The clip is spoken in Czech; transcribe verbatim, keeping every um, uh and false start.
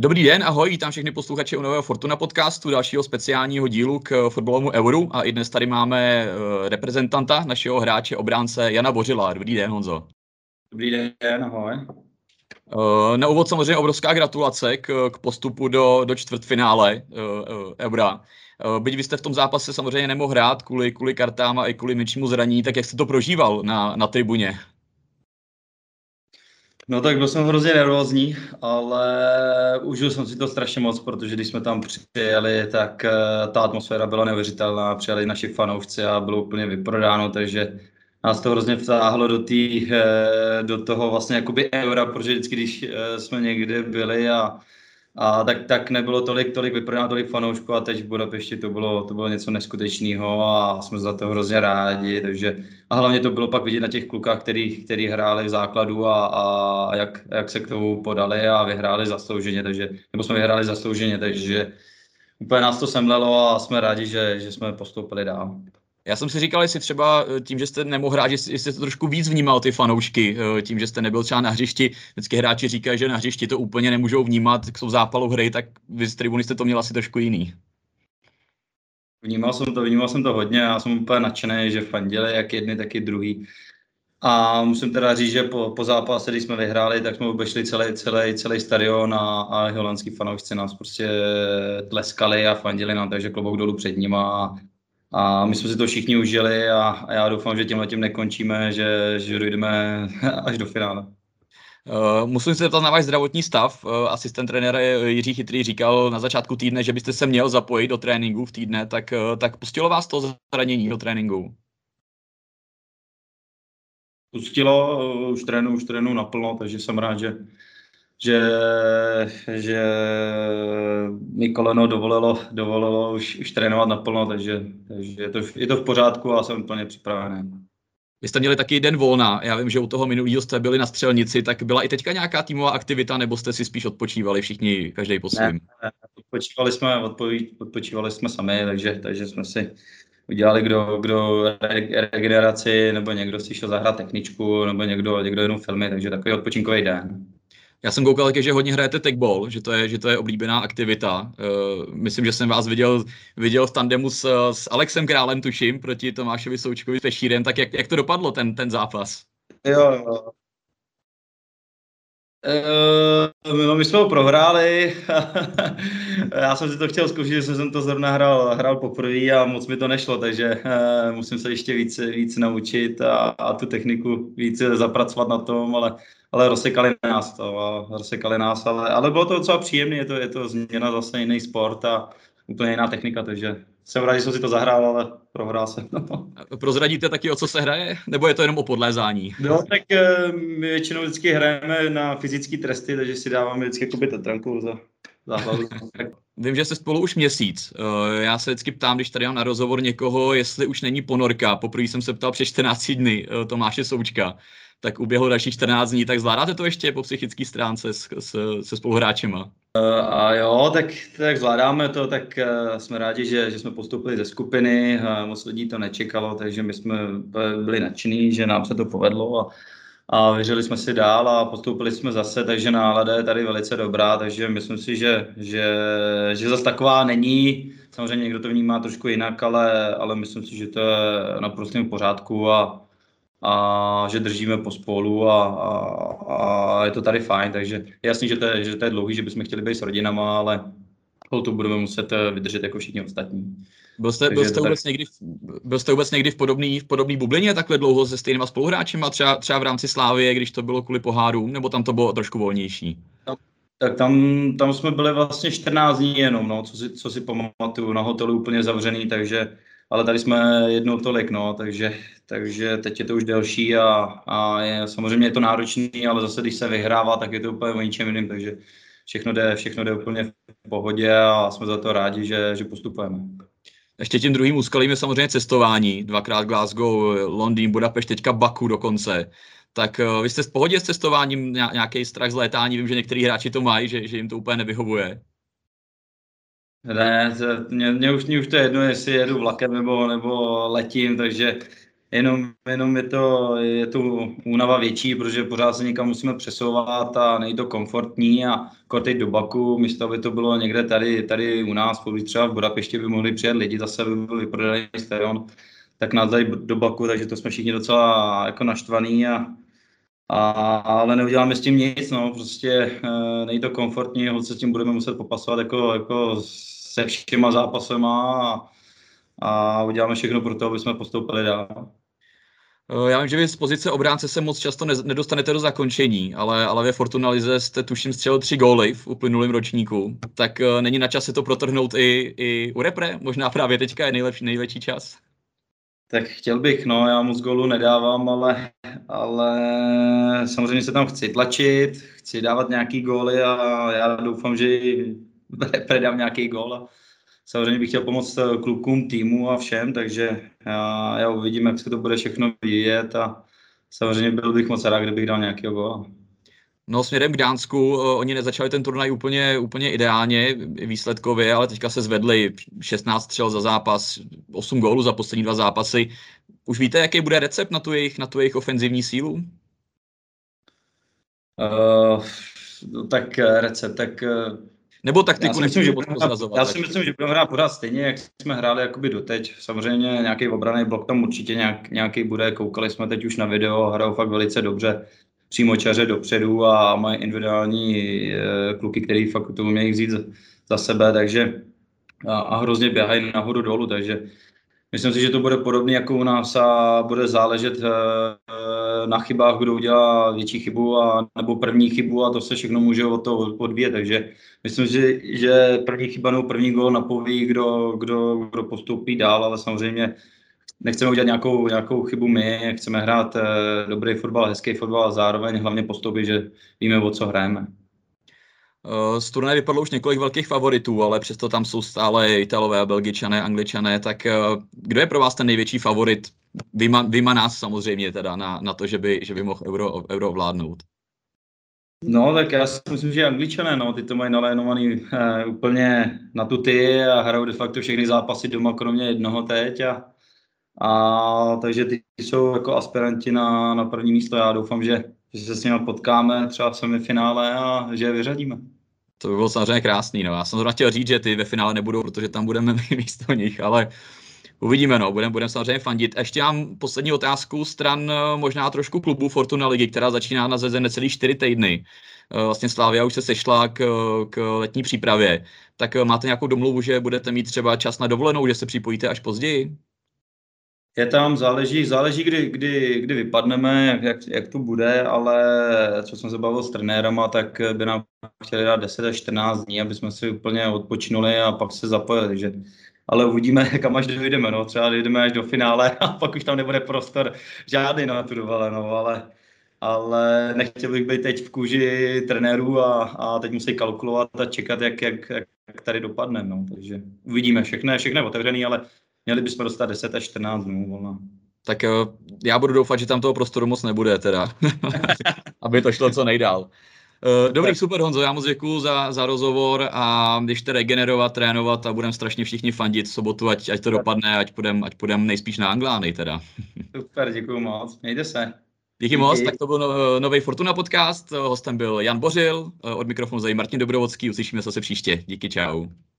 Dobrý den, ahoj, vítám všechny posluchače u nového Fortuna podcastu, dalšího speciálního dílu k fotbalovému Euru a i dnes tady máme reprezentanta, našeho hráče, obránce Jana Bořila. Dobrý den, Honzo. Dobrý den, ahoj. Na úvod samozřejmě obrovská gratulace k, k postupu do, do čtvrtfinále Eura. Byť vy jste v tom zápase samozřejmě nemohl hrát kvůli, kvůli kartám a i kvůli menšímu zranění, tak jak jste to prožíval na, na tribuně? No tak byl jsem hrozně nervózní, ale užil jsem si to strašně moc, protože když jsme tam přijeli, tak ta atmosféra byla neuvěřitelná, přijeli naši fanoušci a bylo úplně vyprodáno, takže nás to hrozně vtáhlo do, tý, do toho vlastně jakoby Eura, protože vždycky, když jsme někde byli a A tak, tak nebylo tolik, tolik vyprodáno, tolik fanoušků a teď v Budapešti to bylo, to bylo něco neskutečného a jsme za to hrozně rádi, takže a hlavně to bylo pak vidět na těch klukách, který, který hráli v základu a, a jak, jak se k tomu podali a vyhráli zaslouženě, takže, nebo jsme vyhráli zaslouženě, takže úplně nás to semlelo a jsme rádi, že, že jsme postoupili dál. Já jsem si říkal, jestli třeba tím, že jste nemohl hrát, jestli jste to trošku víc vnímal ty fanoušky, tím, že jste nebyl třeba na hřišti. Vždycky hráči říkají, že na hřišti to úplně nemůžou vnímat, jak jsou v zápalu hry, tak vy z tribuny jste to měl asi trošku jiný. Vnímal jsem to, vnímal jsem to hodně, já jsem úplně nadšený, že fandili jak jedni, tak i druhý. A musím teda říct, že po, po zápase, když jsme vyhráli, tak jsme obešli celý, celý, celý stadion a, a holandský fanoušci nás prostě tleskali a fandili nám, takže klobouk dolů před nima. A my jsme si to všichni užili a, a já doufám, že tímhletím nekončíme, že, že dojdeme až do finále. Uh, musím se zeptat na váš zdravotní stav. Uh, asistent trenéra Jiří Chytrý říkal na začátku týdne, že byste se měl zapojit do tréninku v týdne, tak, uh, tak pustilo vás to zranění do tréninku? Pustilo, už trénu, už trénu naplno, takže jsem rád, že že, že mi koleno dovolilo, dovolilo už, už trénovat naplno, takže, takže je, to, je to v pořádku a jsem plně připravený. Vy jste měli taky den volna, já vím, že u toho minulého jste byli na střelnici, tak byla i teďka nějaká týmová aktivita, nebo jste si spíš odpočívali všichni, každý po svým? Ne, ne, odpočívali jsme, odpoví, odpočívali jsme sami, takže, takže jsme si udělali kdo, kdo regeneraci, nebo někdo si šel zahrát techničku, nebo někdo, někdo jenom filmy, takže takový odpočinkový den. Já jsem koukal taky, že hodně hrajete tagball, že to je, že to je oblíbená aktivita. Uh, myslím, že jsem vás viděl, viděl v tandemu s, s Alexem Králem, tuším, proti Tomášovi Součkovi s Pešírem. Tak jak, jak to dopadlo, ten, ten zápas? Jo, jo. Uh, no, my jsme ho prohráli. Já jsem si to chtěl zkusit, že jsem to zrovna hrál, hrál poprvé a moc mi to nešlo, takže uh, musím se ještě víc, víc naučit a, a tu techniku víc zapracovat na tom, ale ale rozsekali nás to, a rozsekali nás, ale, ale bylo to docela příjemné, je to, je to změna zase jiný sport a úplně jiná technika, takže jsem rád, že jsem si to zahrál, ale prohrál jsem. Prozradíte taky, o co se hraje, nebo je to jenom o podlézání? No, tak my většinou vždycky hrajeme na fyzické tresty, takže si dáváme vždycky jakoby tetranku za, za hlavu. Vím, že jste spolu už měsíc. Já se vždycky ptám, když tady mám na rozhovor někoho, jestli už není ponorka. Poprvé jsem se ptal před čtrnácti dny Tomáše Součka. Tak uběhlo další čtrnáct dní, tak zvládáte to ještě po psychické stránce s, s, se spoluhráčema? Uh, a jo, tak, tak zvládáme to, tak uh, jsme rádi, že, že jsme postoupili ze skupiny, uh, moc lidí to nečekalo, takže my jsme byli nadšení, že nám se to povedlo a, a věřili jsme si dál a postoupili jsme zase, takže nálada je tady velice dobrá, takže myslím si, že, že, že zase taková není, samozřejmě někdo to vnímá trošku jinak, ale, ale myslím si, že to je naprosto v pořádku a a že držíme pospolu a, a, a je to tady fajn, takže je jasný, že to je, že to je dlouhý, že bychom chtěli být s rodinama, ale to budeme muset vydržet jako všichni ostatní. Byl jste, byl jste, vůbec, tak... někdy, byl jste vůbec někdy v podobné v podobný bublině takhle dlouho se stejnýma spoluhráčema, třeba, třeba v rámci Slávie, když to bylo kvůli pohárům, nebo tam to bylo trošku volnější? No, tak tam, tam jsme byli vlastně čtrnáct dní jenom, no, co si, co si pamatuju, na hotelu úplně zavřený, takže ale tady jsme jednou tolik, no, takže, takže teď je to už delší a, a je, samozřejmě je to náročný, ale zase když se vyhrává, tak je to úplně o ničem jiným, takže všechno jde, všechno jde úplně v pohodě a jsme za to rádi, že, že postupujeme. Ještě tím druhým úskalím je samozřejmě cestování, dvakrát Glasgow, Londýn, Budapešť, teďka Baku dokonce. Tak uh, vy jste v pohodě s cestováním, nějaký strach z létání, vím, že některý hráči to mají, že, že jim to úplně nevyhovuje. Ne, mě, mě, už, mě už to je jedno, jestli jedu vlakem nebo, nebo letím, takže jenom, jenom je to, je to únava větší, protože pořád se někam musíme přesouvat a není to komfortní a teď do Baku, místo aby to bylo někde tady, tady u nás, třeba v Budapešti by mohli přijet lidi, zase by byl vyprodaný stadion, tak nás dají do Baku, takže to jsme všichni docela jako naštvaný, a, a, ale neuděláme s tím nic, no, prostě e, není to komfortní, holce s tím budeme muset popasovat jako, jako se všema zápasema a, a uděláme všechno pro to, aby jsme postoupili dál. Já vím, že vy z pozice obránce se moc často nedostanete do zakončení, ale, ale ve Fortuna lize jste tuším střelil tři góly v uplynulém ročníku, tak není na čase to protrhnout i, i u repre? Možná právě teďka je nejlepší, největší čas. Tak chtěl bych, no, já moc gólů nedávám, ale, ale samozřejmě se tam chci tlačit, chci dávat nějaký góly a já doufám, že repre dám nějaký gól. A samozřejmě bych chtěl pomoct klukům, týmu a všem, takže já, já uvidím, jak se to bude všechno vyvíjet a samozřejmě byl bych moc rád, kdybych dal nějakého góla. No, směrem k Dánsku, oni nezačali ten turnaj úplně, úplně ideálně výsledkově, ale teďka se zvedli šestnáct střel za zápas, osm gólů za poslední dva zápasy. Už víte, jaký bude recept na tu jejich, na tu jejich ofenzivní sílu? Uh, no, tak recept, tak... Nebo taktiku já si myslím, že prozrazovat. Já si myslím, že budeme hrát pořád stejně, jak jsme hráli jakoby doteď. Samozřejmě nějaký obranný blok tam určitě nějak, nějaký bude. Koukali jsme teď už na video, hrajou fakt velice dobře přímočaře dopředu a mají individuální e, kluky, který fakt to umějí vzít za, za sebe, takže a, a hrozně běhají nahoru dolů, takže myslím si, že to bude podobné jako u nás a bude záležet e, na chybách, kdo udělá větší chybu a nebo první chybu, a to se všechno může od toho odvíjet, takže myslím si, že první chyba nebo první gól napoví, kdo, kdo, kdo postoupí dál, ale samozřejmě nechceme udělat nějakou, nějakou chybu my, chceme hrát eh, dobrý fotbal, hezký fotbal a zároveň hlavně postoupit, že víme, o co hrajeme. Z turnaje vypadlo už několik velkých favoritů, ale přesto tam jsou stále Italové, Belgičané, Angličané, tak kdo je pro vás ten největší favorit? Vyma, vyma nás samozřejmě teda na, na to, že by, že by mohl euro, euro ovládnout. No, tak já si myslím, že Angličané, no, ty to mají nalénovaný eh, úplně na tuty a hrajou de facto všechny zápasy doma, kromě jednoho teď. A, a takže ty jsou jako aspiranti na, na první místo. Já doufám, že, že se s nimi potkáme třeba v semifinále a že je vyřadíme. To by bylo samozřejmě krásný, no. Já jsem zrovna chtěl říct, že ty ve finále nebudou, protože tam budeme místo nich, ale uvidíme, no. Budeme budem samozřejmě fandit. Ještě mám poslední otázku stran možná trošku klubu Fortuna ligy, která začíná na zeze necelý čtyři týdny. Vlastně Slavia už se sešla k, k letní přípravě. Tak máte nějakou domluvu, že budete mít třeba čas na dovolenou, že se připojíte až později? Je tam, záleží, záleží kdy, kdy, kdy vypadneme, jak, jak, jak to bude, ale co jsem se bavil s trenérama, tak by nám chtěli dát deset až čtrnáct dní, aby jsme si úplně odpočinuli a pak se zapojili. Takže, ale uvidíme, kam až dojdeme. No. Třeba dojdeme až do finále a pak už tam nebude prostor žádný na tu dovolenou, ale, ale nechtěl bych být teď v kůži trenérů a, a teď musí kalkulovat a čekat, jak, jak, jak tady dopadne. No. Takže uvidíme, všechno, všechno je otevřený, ale měli bychom dostat deset až čtrnáct dnů volna. Tak já budu doufat, že tam toho prostoru moc nebude teda, aby to šlo co nejdál. Dobrý, super Honzo, já moc děkuju za, za rozhovor a běžte regenerovat, trénovat a budeme strašně všichni fandit v sobotu, ať, ať to dopadne, ať půjdeme ať půjdem nejspíš na Anglány teda. Super, děkuju moc, mějte se. Díky moc, tak to byl no, nový Fortuna podcast, hostem byl Jan Bořil, od mikrofonu zde Martin Dobrovodský, uslyšíme se zase příště, díky, čau.